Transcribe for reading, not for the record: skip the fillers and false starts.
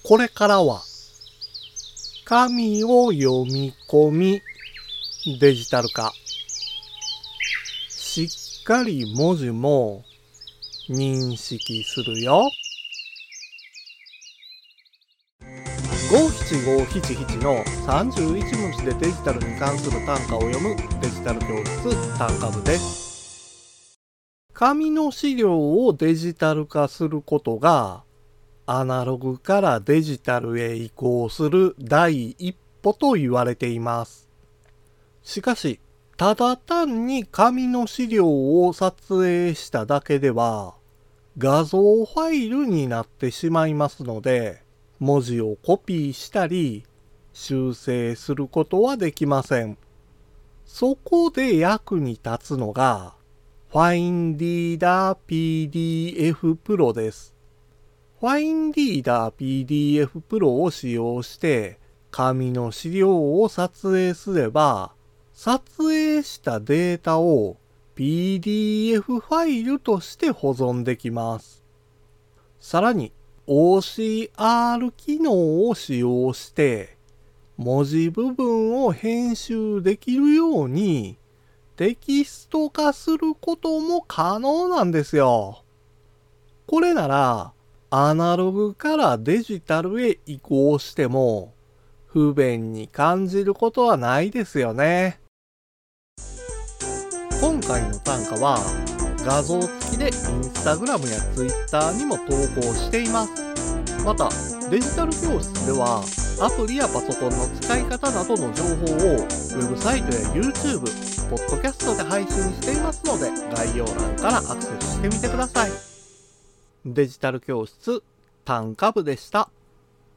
これからは紙を読み込みデジタル化。しっかり文字も認識するよ。五七五七七の31文字でデジタルに関する単価を読むデジタル教室単価部です。紙の資料をデジタル化することがアナログからデジタルへ移行する第一歩と言われています。しかし、ただ単に紙の資料を撮影しただけでは画像ファイルになってしまいますので、文字をコピーしたり修正することはできません。そこで役に立つのが FineReader PDF Pro です。FineReader PDF Pro を使用して紙の資料を撮影すれば、撮影したデータを PDF ファイルとして保存できます。さらに OCR 機能を使用して文字部分を編集できるようにテキスト化することも可能なんですよ。これならアナログからデジタルへ移行しても不便に感じることはないですよね。今回の単価は画像付きでインスタグラムやツイッターにも投稿しています。またデジタル教室ではアプリやパソコンの使い方などの情報をウェブサイトや YouTube、ポッドキャストで配信していますので概要欄からアクセスしてみてください。デジタル教室単価部でした。